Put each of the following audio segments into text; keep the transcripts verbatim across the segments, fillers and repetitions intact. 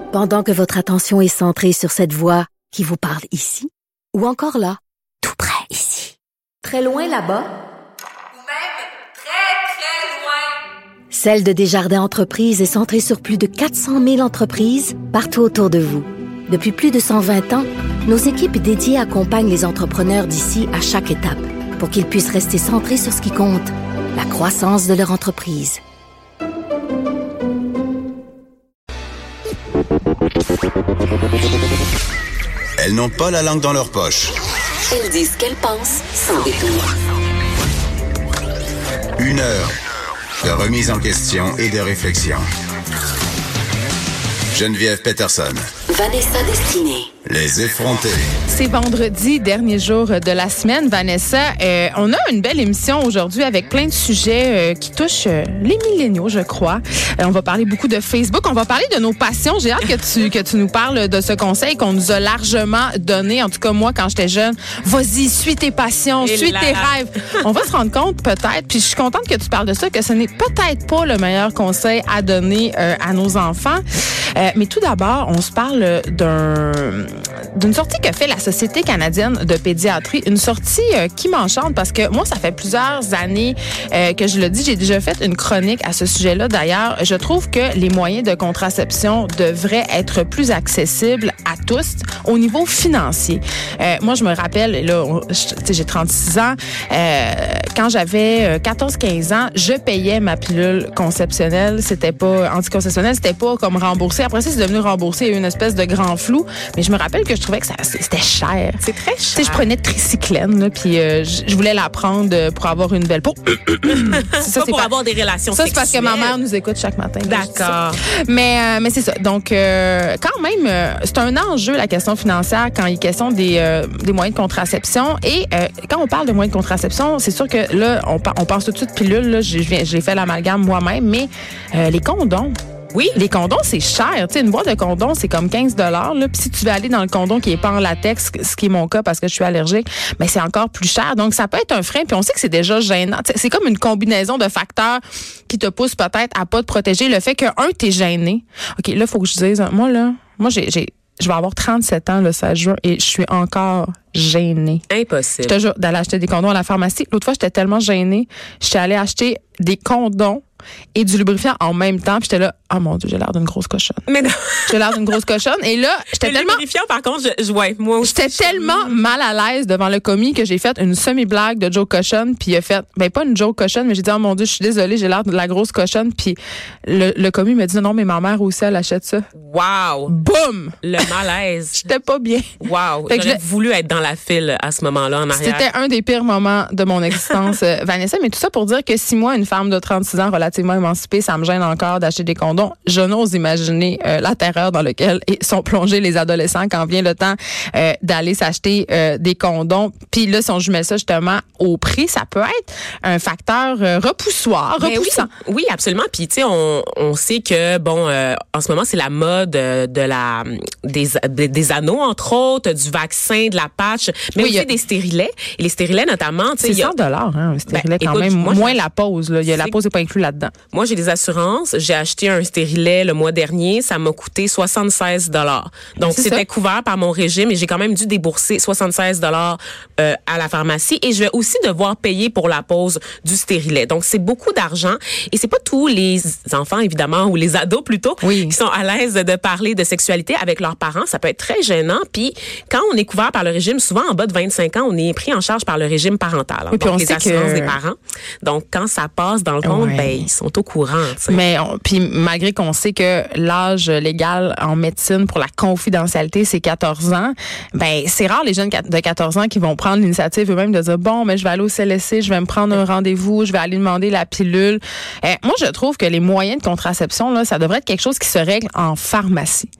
Pendant que votre attention est centrée sur cette voix qui vous parle ici, ou encore là, tout près ici, très loin là-bas, ou même très, très loin. Celle de Desjardins Entreprises est centrée sur plus de quatre cent mille entreprises partout autour de vous. Depuis plus de cent vingt ans, nos équipes dédiées accompagnent les entrepreneurs d'ici à chaque étape pour qu'ils puissent rester centrés sur ce qui compte, la croissance de leur entreprise. Elles n'ont pas la langue dans leur poche. Elles disent ce qu'elles pensent sans détour. Une heure de remise en question et de réflexion. Geneviève Peterson. Vanessa Destinée. Les effrontés. C'est vendredi, dernier jour de la semaine, Vanessa. Euh, on a une belle émission aujourd'hui avec plein de sujets euh, qui touchent euh, les milléniaux, je crois. Euh, on va parler beaucoup de Facebook. On va parler de nos passions. J'ai hâte que tu que tu nous parles de ce conseil qu'on nous a largement donné. En tout cas, moi, quand j'étais jeune, vas-y, suis tes passions, Et suis là. tes rêves. On va se rendre compte peut-être, puis je suis contente que tu parles de ça, que ce n'est peut-être pas le meilleur conseil à donner euh, à nos enfants. Euh, mais tout d'abord, on se parle d'un d'une sortie que fait la Société canadienne de pédiatrie, une sortie euh, qui m'enchante parce que moi, ça fait plusieurs années euh, que je le dis, j'ai déjà fait une chronique à ce sujet-là. D'ailleurs, je trouve que les moyens de contraception devraient être plus accessibles à tous au niveau financier. Euh, moi, je me rappelle, là, on- je- j'ai trente-six ans, euh, quand j'avais quatorze quinze ans, je payais ma pilule conceptionnelle. C'était pas anticonceptionnelle, c'était pas comme remboursé. Après ça, c'est devenu remboursé. Il y a eu une espèce de grand flou. Mais je me rappelle que je trouvais que ça, c'était cher. C'est très Tu sais, cher. je prenais tricyclène, là, puis euh, je je voulais la prendre euh, pour avoir une belle peau. C'est ça, Pas c'est pour pas- avoir des relations ça, c'est parce que ma sexuelles. mère nous écoute chaque matin. là, je dis ça. D'accord. Mais, euh, mais c'est ça. Donc, euh, quand même, euh, c'est un enjeu, la question financière, quand il est question des, euh, des moyens de contraception. Et euh, quand on parle de moyens de contraception, c'est sûr que là, on, pa- on pense tout de suite pilule. Là, j'ai j'ai- j'ai fait l'amalgame moi-même. Mais euh, les condoms, Oui. les condoms, c'est cher. Tu sais, une boîte de condoms, c'est comme quinze dollars. Puis si tu veux aller dans le condom qui est pas en latex, ce qui est mon cas parce que je suis allergique, mais c'est encore plus cher. Donc, ça peut être un frein. Puis on sait que c'est déjà gênant. Tu sais, c'est comme une combinaison de facteurs qui te poussent peut-être à pas te protéger. Le fait que, un, t'es gêné. OK, là, il faut que je dise, moi, là, moi, j'ai, j'ai, je vais avoir trente-sept ans le seize juin et je suis encore gênée. Je Impossible. te jure, d'aller acheter des condoms à la pharmacie. L'autre fois, j'étais tellement gênée. J'étais allée acheter des condoms et du lubrifiant en même temps. Puis j'étais là, oh mon Dieu, j'ai l'air d'une grosse cochonne. Mais non. J'ai l'air d'une grosse cochonne. Et là, j'étais Le tellement... lubrifiant, par contre, je, je ouais, moi aussi. J'étais je- tellement mal à l'aise devant le commis que j'ai fait une semi-blague de Joe Cochon. Puis il a fait, ben pas une Joe Cochon, mais j'ai dit, oh mon Dieu, je suis désolée, j'ai l'air de la grosse cochonne. Puis le, le commis m'a dit, non, mais ma mère aussi, elle achète ça. Wow. Boum! Le malaise. J'étais pas bien. Wow. Fait que J'aurais je- voulu être dans la file à ce moment-là, en arrière. C'était un des pires moments de mon existence, euh, Vanessa. Mais tout ça pour dire que si moi, une femme de trente-six ans relativement émancipée, ça me gêne encore d'acheter des condoms, je n'ose imaginer euh, la terreur dans laquelle sont plongés les adolescents quand vient le temps euh, d'aller s'acheter euh, des condoms. Puis là, si on jumelait ça justement au prix, ça peut être un facteur euh, repoussoir, Ben oui, repoussant. oui, absolument. Puis tu sais, on, on sait que bon, euh, en ce moment, c'est la mode euh, de la des, des des anneaux entre autres, du vaccin, de la patch, mais Oui, il y aussi a- des stérilets. Et les stérilets notamment, tu sais, C'est il y a- cent dollars, hein, un stérilet Ben, quand écoute, même. moi, moins j'ai- la pause, là. Il y a la C'est- pause n'est pas inclus là-dedans. Moi, j'ai des assurances. J'ai acheté un stérilet le mois dernier. Ça m'a coûté soixante-seize dollars. Donc, c'est c'était ça. couvert par mon régime et j'ai quand même dû débourser soixante-seize dollars euh, à la pharmacie. Et je vais aussi devoir payer pour la pause du stérilet. Donc, c'est beaucoup d'argent. Et c'est pas tous les enfants, évidemment, ou les ados plutôt, Oui. qui sont à l'aise de parler de sexualité avec leurs parents. Ça peut être très gênant. Puis, quand on est couvert par le régime, souvent en bas de vingt-cinq ans, on est pris en charge par le régime parental. Oui, puis Donc, on les sait assurances que- des parents. Donc, quand ça passe dans le compte, Ouais. ben, ils sont au courant. tu sais. Mais on- puis malgré qu'on sait que l'âge légal en médecine pour la confidentialité c'est quatorze ans, ben c'est rare les jeunes de quatorze ans qui vont prendre l'initiative eux-mêmes de dire bon, mais je vais aller au C L S C, je vais me prendre un rendez-vous, je vais aller demander la pilule. Euh, moi je trouve que les moyens de contraception là, ça devrait être quelque chose qui se règle en pharmacie.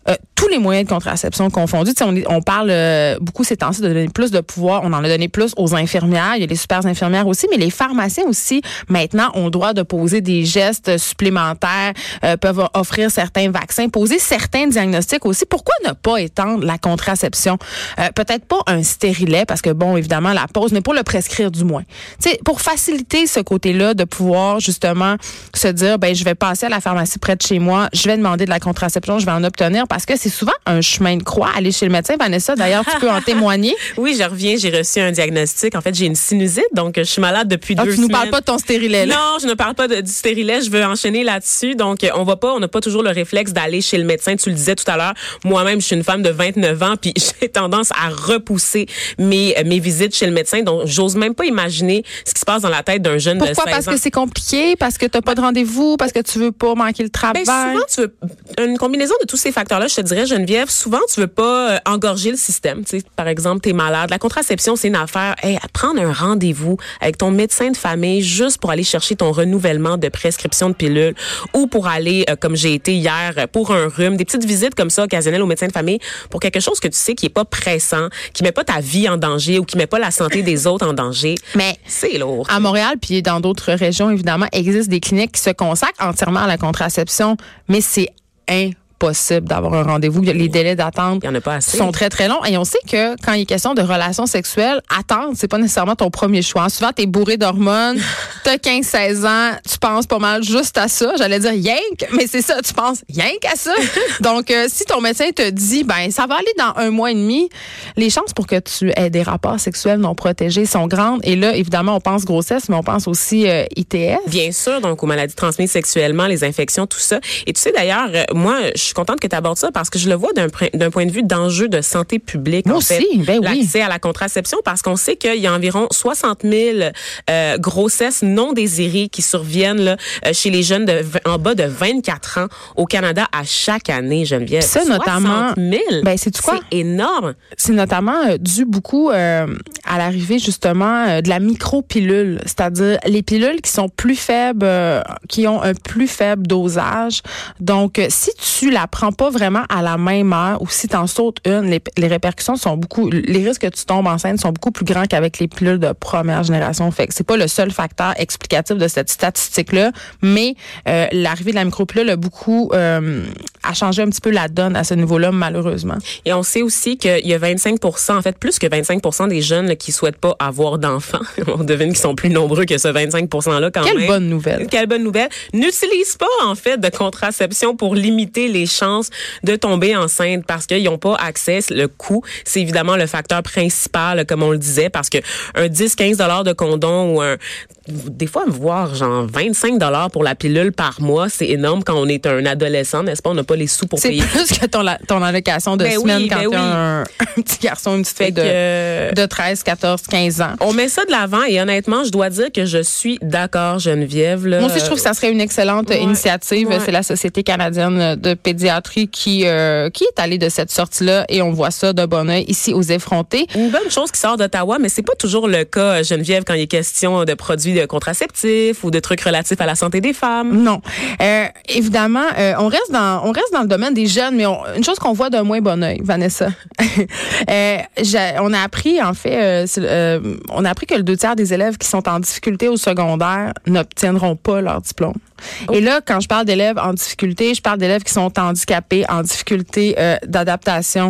euh, tous les moyens de contraception confondus. Tu sais, on, est, on parle euh, beaucoup ces temps-ci de donner plus de pouvoir. On en a donné plus aux infirmières. Il y a les super infirmières aussi, mais les pharmaciens aussi, maintenant, ont le droit de poser des gestes supplémentaires, euh, peuvent offrir certains vaccins, poser certains diagnostics aussi. Pourquoi ne pas étendre la contraception? Euh, peut-être pas un stérilet, parce que, bon, évidemment, la pause, mais pour le prescrire du moins. Tu sais, pour faciliter ce côté-là de pouvoir, justement, se dire, ben je vais passer à la pharmacie près de chez moi, je vais demander de la contraception, je vais en obtenir, parce que c'est souvent un chemin de croix, aller chez le médecin. Vanessa, d'ailleurs, tu peux en témoigner. Oui, je reviens, j'ai reçu un diagnostic. En fait, j'ai une sinusite, donc je suis malade depuis ah, deux tu semaines. Tu nous parles pas de ton stérilet, là? Non, je ne parle pas de, du stérilet, je veux enchaîner là-dessus. Donc, on va pas, on n'a pas toujours le réflexe d'aller chez le médecin. Tu le disais tout à l'heure, moi-même, je suis une femme de vingt-neuf ans, puis j'ai tendance à repousser mes, mes visites chez le médecin, donc j'ose même pas imaginer ce qui se passe dans la tête d'un jeune Pourquoi? de seize ans. Parce que c'est compliqué, parce que tu n'as pas de rendez-vous, parce que tu veux pas manquer le travail? Ben, souvent, tu veux une combinaison de tous ces facteurs-là, je te dirais, Geneviève, souvent, tu veux pas euh, engorger le système. Tu sais, par exemple, tu es malade. La contraception, c'est une affaire. Hey, prendre un rendez-vous avec ton médecin de famille juste pour aller chercher ton renouvellement de prescription de pilules ou pour aller, euh, comme j'ai été hier, pour un rhume, des petites visites comme ça occasionnelles au médecin de famille pour quelque chose que tu sais qui est pas pressant, qui met pas ta vie en danger ou qui met pas la santé des autres en danger. Mais c'est lourd. À Montréal, puis dans d'autres régions, évidemment, existent des cliniques qui se consacrent entièrement à la contraception, mais c'est impossible d'avoir un rendez-vous. Les délais d'attente Il y en a pas assez. sont très, très longs. Et on sait que quand il est question de relations sexuelles, attendre, c'est pas nécessairement ton premier choix. Souvent, t'es bourré d'hormones, t'as quinze seize ans, tu penses pas mal juste à ça. J'allais dire yank, mais c'est ça, tu penses yank à ça. Donc, euh, si ton médecin te dit, ben ça va aller dans un mois et demi, les chances pour que tu aies des rapports sexuels non protégés sont grandes. Et là, évidemment, on pense grossesse, mais on pense aussi euh, I T S. Bien sûr, donc aux maladies transmises sexuellement, les infections, tout ça. Et tu sais, d'ailleurs, euh, moi, je suis contente que tu abordes ça parce que je le vois d'un, d'un point de vue d'enjeu de santé publique. Moi en aussi, fait, ben oui. L'accès à la contraception, parce qu'on sait qu'il y a environ soixante mille euh, grossesses non désirées qui surviennent là, chez les jeunes de, en bas de vingt-quatre ans au Canada à chaque année, Geneviève. Ça, notamment, soixante mille. Ben, c'est quoi? C'est énorme. C'est notamment euh, dû beaucoup euh, à l'arrivée, justement, euh, de la micro-pilule, c'est-à-dire les pilules qui sont plus faibles, euh, qui ont un plus faible dosage. Donc, euh, si tu la prends pas vraiment à la même heure ou si tu en sautes une, les, les répercussions sont beaucoup, les risques que tu tombes enceinte sont beaucoup plus grands qu'avec les pilules de première génération. Fait que c'est pas le seul facteur explicatif de cette statistique-là, mais euh, l'arrivée de la micropilule a beaucoup euh, a changé un petit peu la donne à ce niveau-là, malheureusement. Et on sait aussi qu'il y a vingt-cinq pour cent, en fait, plus que vingt-cinq pour cent des jeunes là, qui souhaitent pas avoir d'enfants. On devine qu'ils sont plus nombreux que ce vingt-cinq pour cent-là quand Quelle même. Quelle bonne nouvelle. Quelle bonne nouvelle. N'utilisent pas, en fait, de contraception pour limiter les chances de tomber enceinte parce qu'ils n'ont pas accès. Le coût, c'est évidemment le facteur principal, comme on le disait, parce que un dix à quinze dollars de condom ou un, des fois, voir genre vingt-cinq dollars pour la pilule par mois, c'est énorme quand on est un adolescent, n'est-ce pas? On n'a pas les sous pour c'est payer. C'est plus que ton, ton allocation de ben semaine oui, quand ben tu as oui. un, un petit garçon, une petite fille de, que, de treize, quatorze, quinze ans. On met ça de l'avant et honnêtement, je dois dire que je suis d'accord, Geneviève. Là. Moi aussi, je trouve que ça serait une excellente ouais, initiative. Ouais. C'est la Société canadienne de pédiatrie qui, euh, qui est allée de cette sorte-là et on voit ça de bon œil ici aux effrontés. Une bonne chose qui sort d'Ottawa, mais c'est pas toujours le cas, Geneviève, quand il est question de produits contraceptifs ou de trucs relatifs à la santé des femmes. Non. Euh, évidemment, euh, on reste dans on reste dans le domaine des jeunes, mais on, une chose qu'on voit d'un moins bon œil, Vanessa. euh, on a appris, en fait, euh, euh, on a appris que le deux tiers des élèves qui sont en difficulté au secondaire n'obtiendront pas leur diplôme. Oh. Et là, quand je parle d'élèves en difficulté, je parle d'élèves qui sont handicapés, en difficulté euh, d'adaptation,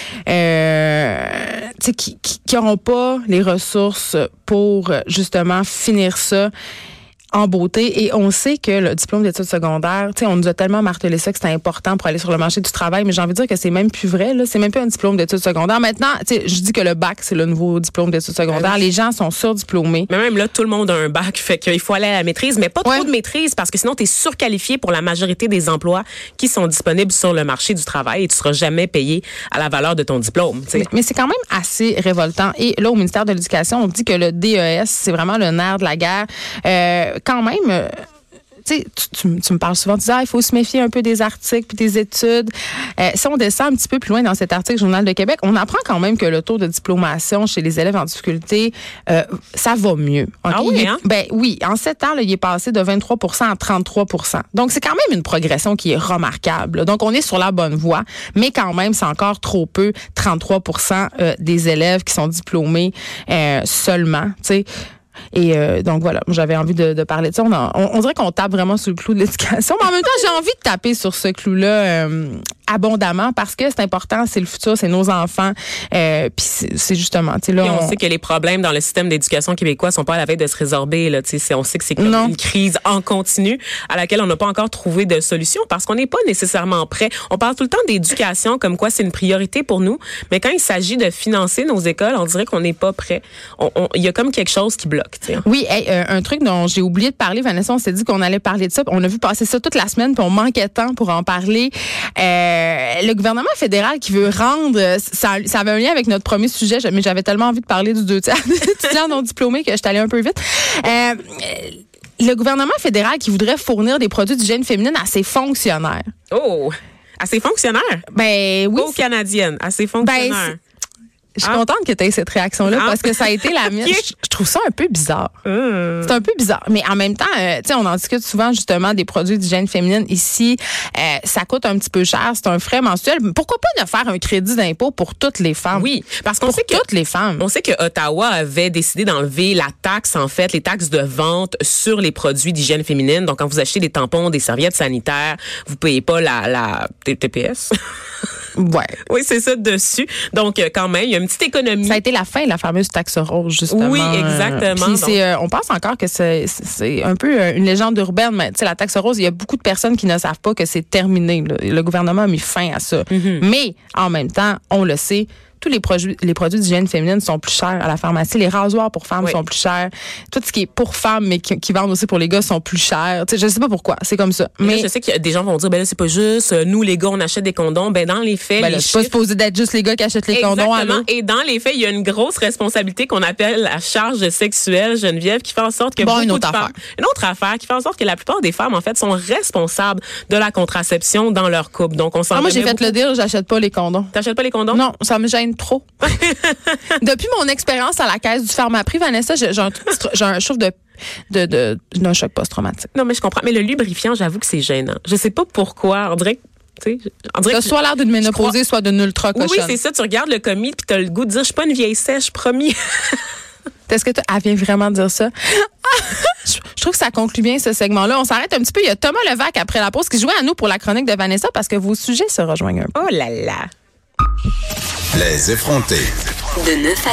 euh, qui qui n'auront pas les ressources pour justement finir ça en beauté. Et on sait que le diplôme d'études secondaires, tu sais, on nous a tellement martelé ça que c'était important pour aller sur le marché du travail, mais j'ai envie de dire que c'est même plus vrai, là. C'est même plus un diplôme d'études secondaires. Maintenant, tu sais, je dis que le bac, c'est le nouveau diplôme d'études secondaires. Les gens sont surdiplômés. Mais même là, tout le monde a un bac, fait qu'il faut aller à la maîtrise, mais pas ouais. trop de maîtrise, parce que sinon, tu es surqualifié pour la majorité des emplois qui sont disponibles sur le marché du travail et tu seras jamais payé à la valeur de ton diplôme. Mais, mais c'est quand même assez révoltant. Et là, au ministère de l'Éducation, on dit que le D E S, c'est vraiment le nerf de la guerre. Euh, quand même, tu sais, tu, tu me parles souvent, tu dis, ah, il faut se méfier un peu des articles puis des études. Euh, si on descend un petit peu plus loin dans cet article Journal de Québec, on apprend quand même que le taux de diplomation chez les élèves en difficulté, euh, ça va mieux. Okay? Ah oui, hein? Est, ben oui, en sept ans, là, il est passé de vingt-trois pour cent à trente-trois pour cent. Donc, c'est quand même une progression qui est remarquable. Donc, on est sur la bonne voie, mais quand même, c'est encore trop peu, trente-trois pour cent euh, des élèves qui sont diplômés euh, seulement, tu sais. Et euh, donc voilà, j'avais envie de, de parler de ça. On, a, on, on dirait qu'on tape vraiment sur le clou de l'éducation, mais en même temps, j'ai envie de taper sur ce clou-là euh, abondamment parce que c'est important, c'est le futur, c'est nos enfants. Euh, Puis c'est, c'est justement, tu sais là, et on, on sait que les problèmes dans le système d'éducation québécois sont pas à la veille de se résorber. Là, tu sais, on sait que c'est comme non. une crise en continu à laquelle on n'a pas encore trouvé de solution parce qu'on n'est pas nécessairement prêt. On parle tout le temps d'éducation comme quoi c'est une priorité pour nous, mais quand il s'agit de financer nos écoles, on dirait qu'on n'est pas prêt. Il y a comme quelque chose qui bloque. T'sais. Oui, hey, euh, un truc dont j'ai oublié de parler, Vanessa, on s'est dit qu'on allait parler de ça. On a vu passer ça toute la semaine, puis on manquait de temps pour en parler. Euh, le gouvernement fédéral qui veut rendre, ça, ça avait un lien avec notre premier sujet, mais j'avais tellement envie de parler du deux tiers d'étudiants non diplômés que je suis allée un peu vite. Euh, le gouvernement fédéral qui voudrait fournir des produits d'hygiène féminine à ses fonctionnaires. Oh, à ses fonctionnaires? Ben oui. Aux Canadiennes, à ses fonctionnaires. Ben, je suis ah. contente que tu aies cette réaction-là ah. parce que ça a été la mienne. Okay. Je, je trouve ça un peu bizarre. Mm. C'est un peu bizarre. Mais en même temps, euh, tu sais, on en discute souvent justement des produits d'hygiène féminine. Ici, euh, ça coûte un petit peu cher. C'est un frais mensuel. Pourquoi pas ne faire un crédit d'impôt pour toutes les femmes? Oui, parce qu'on pour sait que toutes les femmes. On sait que Ottawa avait décidé d'enlever la taxe, en fait, les taxes de vente sur les produits d'hygiène féminine. Donc, quand vous achetez des tampons, des serviettes sanitaires, vous payez pas la, la T P S. Ouais. Oui, c'est ça dessus. Donc, quand même, il y a une petite économie. Ça a été la fin de la fameuse taxe rose, justement. Oui, exactement. Puis c'est, euh, on pense encore que c'est, c'est un peu une légende urbaine, mais tu sais, la taxe rose, il y a beaucoup de personnes qui ne savent pas que c'est terminé. Là. Le gouvernement a mis fin à ça. Mm-hmm. Mais, en même temps, on le sait, tous les produits, les produits d'hygiène féminine sont plus chers à la pharmacie. Les rasoirs pour femmes oui. sont plus chers. Tout ce qui est pour femmes, mais qui, qui vendent aussi pour les gars, sont plus chers. Tu sais, je sais pas pourquoi. C'est comme ça. Mais, mais là, je sais que des gens vont dire, ben là, c'est pas juste, nous, les gars, on achète des condoms. Ben, dans les faits, ben les là, chiffres... c'est pas supposé d'être juste les gars qui achètent les Exactement. condoms. Allô? Et dans les faits, il y a une grosse responsabilité qu'on appelle la charge sexuelle, Geneviève, qui fait en sorte que bon, beaucoup une autre de femmes... affaire. Une autre affaire qui fait en sorte que la plupart des femmes, en fait, sont responsables de la contraception dans leur couple. Donc, on s'en ah, moi, j'ai fait beaucoup. le dire, j'achète pas les condoms. T'achètes pas les condoms? Non, ça me gêne trop. Depuis mon expérience à la caisse du Pharmaprix, Vanessa, j'ai, j'ai un, j'ai un chouf de de de d'un choc post-traumatique. Non, mais je comprends. Mais le lubrifiant, j'avoue que c'est gênant. Je sais pas pourquoi. On dirait que tu sais, on dirait que soit l'air d'une ménopausée, soit d'une ultra cochonne. Oui, oui, c'est ça. Tu regardes le commis puis t'as le goût de dire, je suis pas une vieille sèche, promis. Est-ce que tu elle vient vraiment dire ça? Je trouve que ça conclut bien ce segment-là. On s'arrête un petit peu. Il y a Thomas Levac après la pause qui jouait à nous pour la chronique de Vanessa parce que vos sujets se rejoignent un peu. Oh là là. Les effrontés. De neuf à